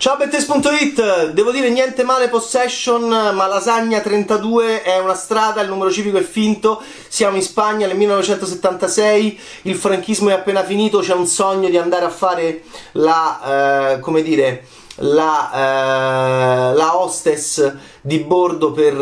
Ciao Bettes.it, devo dire niente male Possession, ma Lasagna 32 è una strada, il numero civico è finto, siamo in Spagna nel 1976, il franchismo è appena finito, c'è un sogno di andare a fare la, come dire, la hostess di bordo per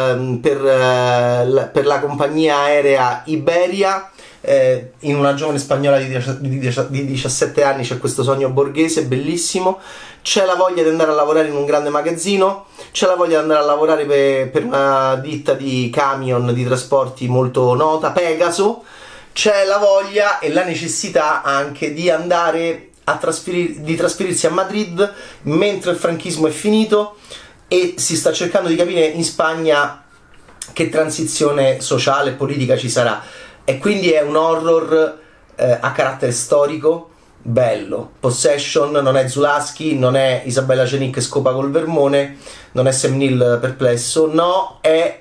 la compagnia aerea Iberia. In una giovane spagnola di 17 anni c'è questo sogno borghese bellissimo, c'è la voglia di andare a lavorare in un grande magazzino, c'è la voglia di andare a lavorare per una ditta di camion di trasporti molto nota, Pegaso, c'è la voglia e la necessità anche di andare a trasferirsi a Madrid mentre il franchismo è finito e si sta cercando di capire in Spagna che transizione sociale e politica ci sarà. E quindi è un horror a carattere storico, bello. Possession non è Zulaschi, non è Isabella Cenic scopa col vermone, non è Sam Neill perplesso, no,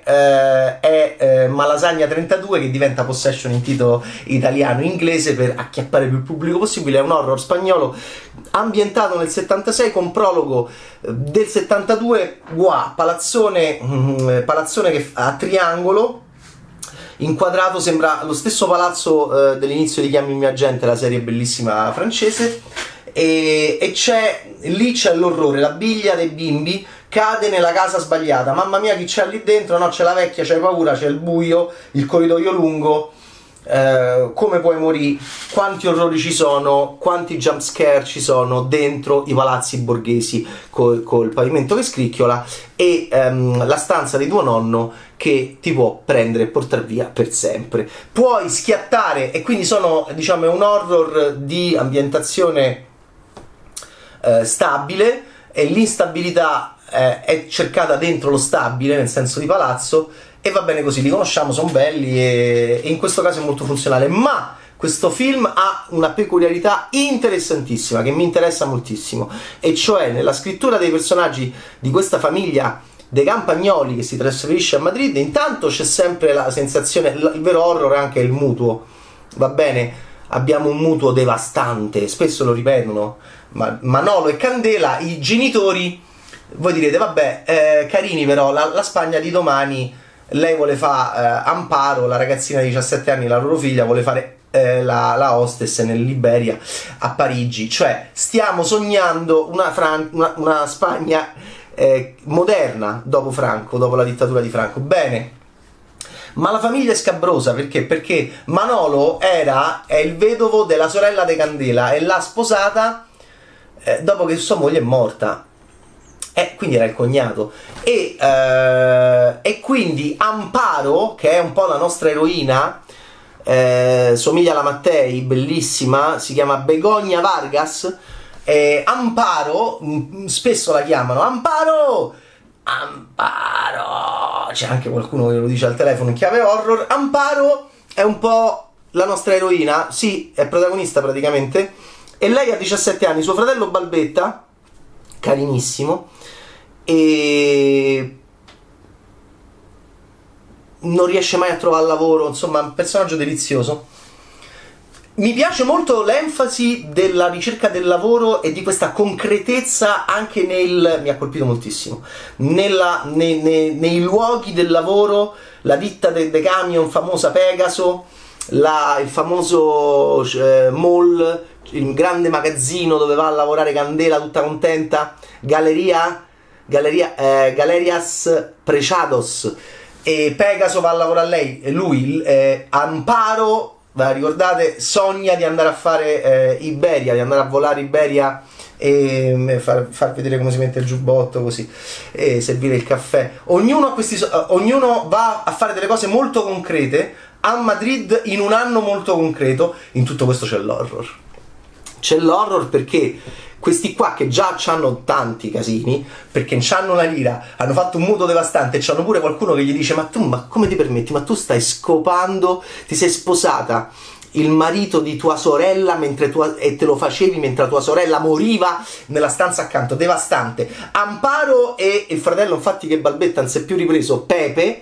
è Malasagna 32 che diventa Possession in titolo italiano-inglese per acchiappare più pubblico possibile. È un horror spagnolo ambientato nel 76 con prologo del 72, palazzone che a triangolo inquadrato, sembra lo stesso palazzo dell'inizio di Chiami il mio agente, la serie bellissima francese, e c'è l'orrore, la biglia dei bimbi cade nella casa sbagliata, mamma mia chi c'è lì dentro, no c'è la vecchia, c'hai paura, c'è il buio, il corridoio lungo, come puoi morire, quanti orrori ci sono, quanti jump scare ci sono dentro i palazzi borghesi col pavimento che scricchiola e la stanza di tuo nonno che ti può prendere e portare via per sempre. Puoi schiattare, e quindi sono, diciamo, un horror di ambientazione stabile, e l'instabilità è cercata dentro lo stabile, nel senso di palazzo, e va bene così, li conosciamo, sono belli e in questo caso è molto funzionale. Ma questo film ha una peculiarità interessantissima che mi interessa moltissimo, e cioè nella scrittura dei personaggi di questa famiglia dei Campagnoli che si trasferisce a Madrid. Intanto c'è sempre la sensazione, il vero horror è anche il mutuo, va bene? Abbiamo un mutuo devastante, spesso lo ripetono, Manolo e Candela, i genitori. Voi direte, vabbè, carini, però la Spagna di domani, lei vuole fare Amparo, la ragazzina di 17 anni, la loro figlia, vuole fare la hostess nell'Iberia a Parigi. Cioè, stiamo sognando una Spagna moderna dopo Franco, dopo la dittatura di Franco. Bene, ma la famiglia è scabrosa perché Manolo è il vedovo della sorella di Candela e l'ha sposata dopo che sua moglie è morta. Quindi era il cognato, e quindi Amparo, che è un po' la nostra eroina, somiglia alla Mattei, bellissima, si chiama Begoña Vargas. Amparo, spesso la chiamano Amparo, c'è anche qualcuno che lo dice al telefono in chiave horror. Amparo è un po' la nostra eroina, sì, è protagonista praticamente, e lei ha 17 anni, suo fratello Balbetta, carinissimo, e non riesce mai a trovare lavoro, insomma un personaggio delizioso. Mi piace molto l'enfasi della ricerca del lavoro e di questa concretezza anche mi ha colpito moltissimo, nei luoghi del lavoro, la ditta dei camion famosa Pegaso, il famoso mall, il grande magazzino dove va a lavorare Candela tutta contenta, Galerias Preciados, e Pegaso va a lavorare a lei, e lui, Amparo, ricordate, sogna di andare a fare Iberia, di andare a volare Iberia e far vedere come si mette il giubbotto così, e servire il caffè. Ognuno va a fare delle cose molto concrete a Madrid in un anno molto concreto. In tutto questo c'è l'horror. C'è l'horror perché questi qua, che già hanno tanti casini, perché c'hanno una lira, hanno fatto un mutuo devastante, e c'hanno pure qualcuno che gli dice ma come ti permetti? Ma tu stai scopando, ti sei sposata il marito di tua sorella e te lo facevi mentre tua sorella moriva nella stanza accanto, devastante. Amparo e il fratello, infatti, che Balbetta non si è più ripreso, Pepe,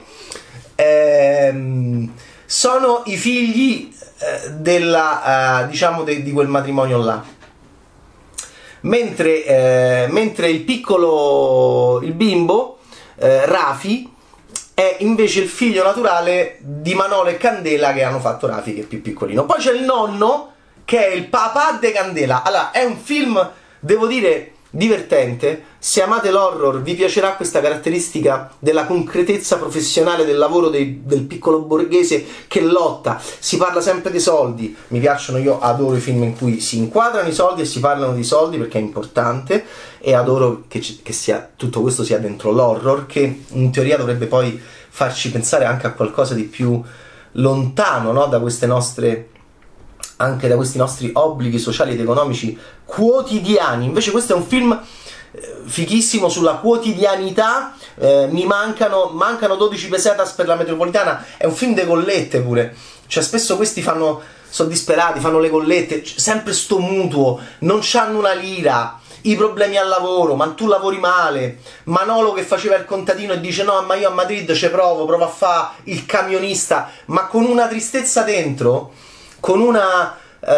sono i figli diciamo di quel matrimonio là. mentre il bimbo Rafi è invece il figlio naturale di Manolo e Candela, che hanno fatto Rafi, che è più piccolino. Poi c'è il nonno, che è il papà de Candela. Allora, è un film, devo dire, divertente. Se amate l'horror, vi piacerà questa caratteristica della concretezza professionale del lavoro del piccolo borghese che lotta. Si parla sempre dei soldi. Mi piacciono, io adoro i film in cui si inquadrano i soldi e si parlano di soldi, perché è importante, e adoro che tutto questo sia dentro l'horror, che in teoria dovrebbe poi farci pensare anche a qualcosa di più lontano, no? Da questi nostri obblighi sociali ed economici quotidiani. Invece questo è un film fichissimo sulla quotidianità. Mi mancano 12 pesetas per la metropolitana. È un film de collette pure, cioè spesso questi sono disperati, fanno le collette, sempre sto mutuo, non c'hanno una lira, i problemi al lavoro, ma tu lavori male. Manolo che faceva il contadino e dice no, ma io a Madrid ci provo a fare il camionista, ma con una tristezza dentro, con una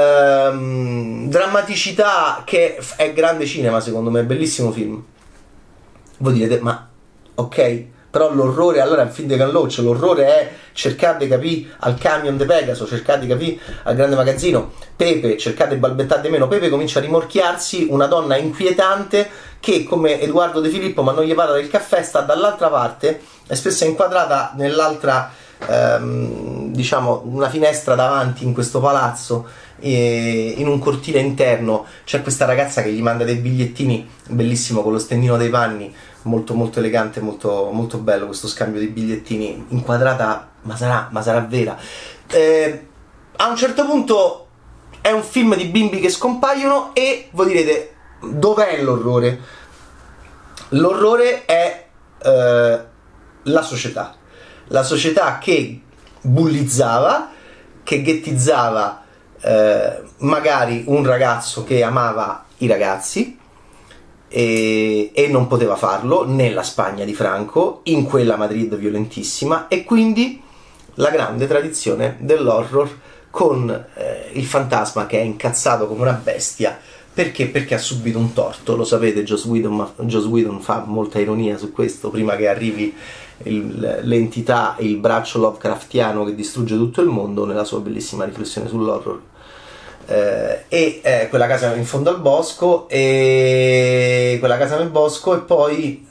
drammaticità che è grande cinema, secondo me, è bellissimo film. Voi direte, ma ok, però l'orrore, allora è un film di Canloccio, l'orrore è cercare di capire al camion de Pegaso, cercare di capire al grande magazzino. Pepe, cercate di balbettare di meno. Pepe comincia a rimorchiarsi una donna inquietante che, come Edoardo De Filippo, ma non gli parla del caffè, sta dall'altra parte, è spesso inquadrata nell'altra, diciamo, una finestra davanti in questo palazzo, in un cortile interno c'è questa ragazza che gli manda dei bigliettini, bellissimo, con lo stendino dei panni, molto molto elegante, molto, molto bello questo scambio di bigliettini, inquadrata, ma sarà vera. A un certo punto è un film di bimbi che scompaiono e voi direte, dov'è l'orrore? L'orrore è la società che bullizzava, che ghettizzava magari un ragazzo che amava i ragazzi e non poteva farlo nella Spagna di Franco, in quella Madrid violentissima, e quindi la grande tradizione dell'horror con il fantasma che è incazzato come una bestia perché ha subito un torto. Lo sapete, Joss Whedon fa molta ironia su questo, prima che arrivi l'entità, il braccio Lovecraftiano che distrugge tutto il mondo, nella sua bellissima riflessione sull'horror. Quella casa in fondo al bosco, e quella casa nel bosco, e poi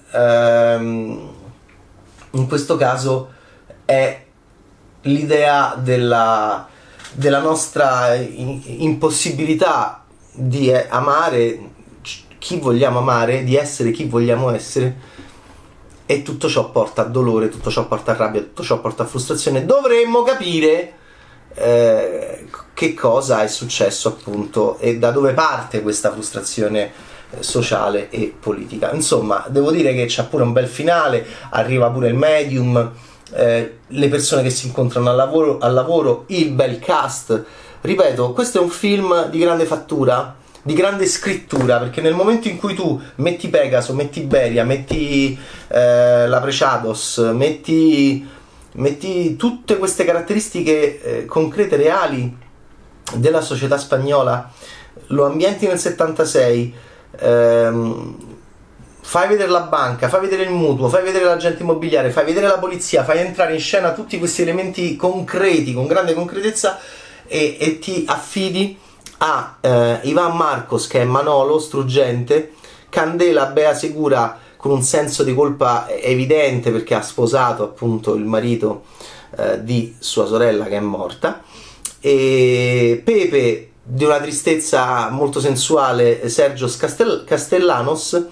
in questo caso è l'idea della nostra impossibilità di amare chi vogliamo amare, di essere chi vogliamo essere, e tutto ciò porta a dolore, tutto ciò porta a rabbia, tutto ciò porta a frustrazione. Dovremmo capire che cosa è successo, appunto, e da dove parte questa frustrazione sociale e politica. Insomma, devo dire che c'è pure un bel finale, arriva pure il medium, le persone che si incontrano al lavoro, il bel cast. Ripeto, questo è un film di grande fattura, di grande scrittura, perché nel momento in cui tu metti Pegaso, metti Iberia, metti la Preciados, metti tutte queste caratteristiche concrete, reali della società spagnola, lo ambienti nel 76, fai vedere la banca, fai vedere il mutuo, fai vedere l'agente immobiliare, fai vedere la polizia, fai entrare in scena tutti questi elementi concreti con grande concretezza, e ti affidi a Ivan Marcos, che è Manolo struggente, Candela, Bea Segura, con un senso di colpa evidente perché ha sposato appunto il marito di sua sorella che è morta, e Pepe, di una tristezza molto sensuale, Sergio Castellanos,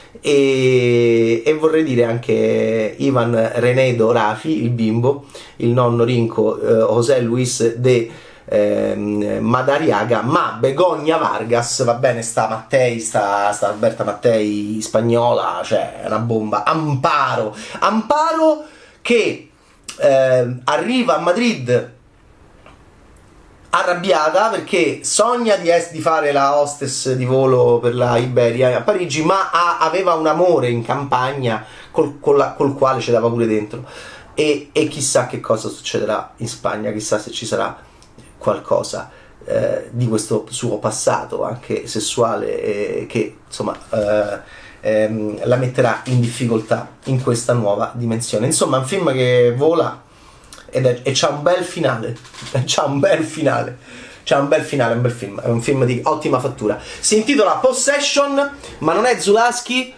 e vorrei dire anche Ivan Renedo Rafi, il bimbo, il nonno Rinco, José Luis de Madariaga, ma Begoña Vargas, va bene, sta Alberta Mattei spagnola, cioè una bomba. Amparo che arriva a Madrid arrabbiata perché sogna di fare la hostess di volo per la Iberia a Parigi, ma aveva un amore in campagna col quale ci dava pure dentro, e chissà che cosa succederà in Spagna, chissà se ci sarà qualcosa di questo suo passato anche sessuale, che insomma la metterà in difficoltà in questa nuova dimensione. Insomma, è un film che vola e c'ha un bel finale, c'ha un bel finale, è un bel film, è un film di ottima fattura. Si intitola Possession, ma non è Zulawski,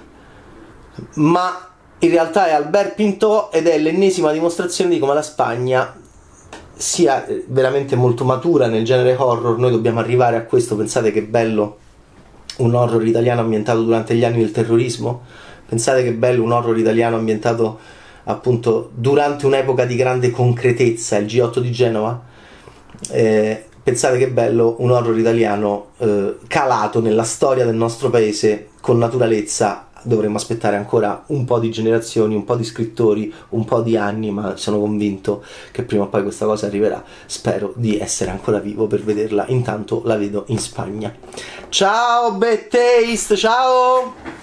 ma in realtà è Albert Pinto, ed è l'ennesima dimostrazione di come la Spagna sia veramente molto matura nel genere horror. Noi dobbiamo arrivare a questo. Pensate che bello un horror italiano ambientato durante gli anni del terrorismo, pensate che bello un horror italiano ambientato appunto durante un'epoca di grande concretezza, il G8 di Genova. Pensate che bello un horror italiano calato nella storia del nostro paese con naturalezza. Dovremmo aspettare ancora un po' di generazioni, un po' di scrittori, un po' di anni, ma sono convinto che prima o poi questa cosa arriverà. Spero di essere ancora vivo per vederla. Intanto la vedo in Spagna. Ciao Bad Taste, ciao!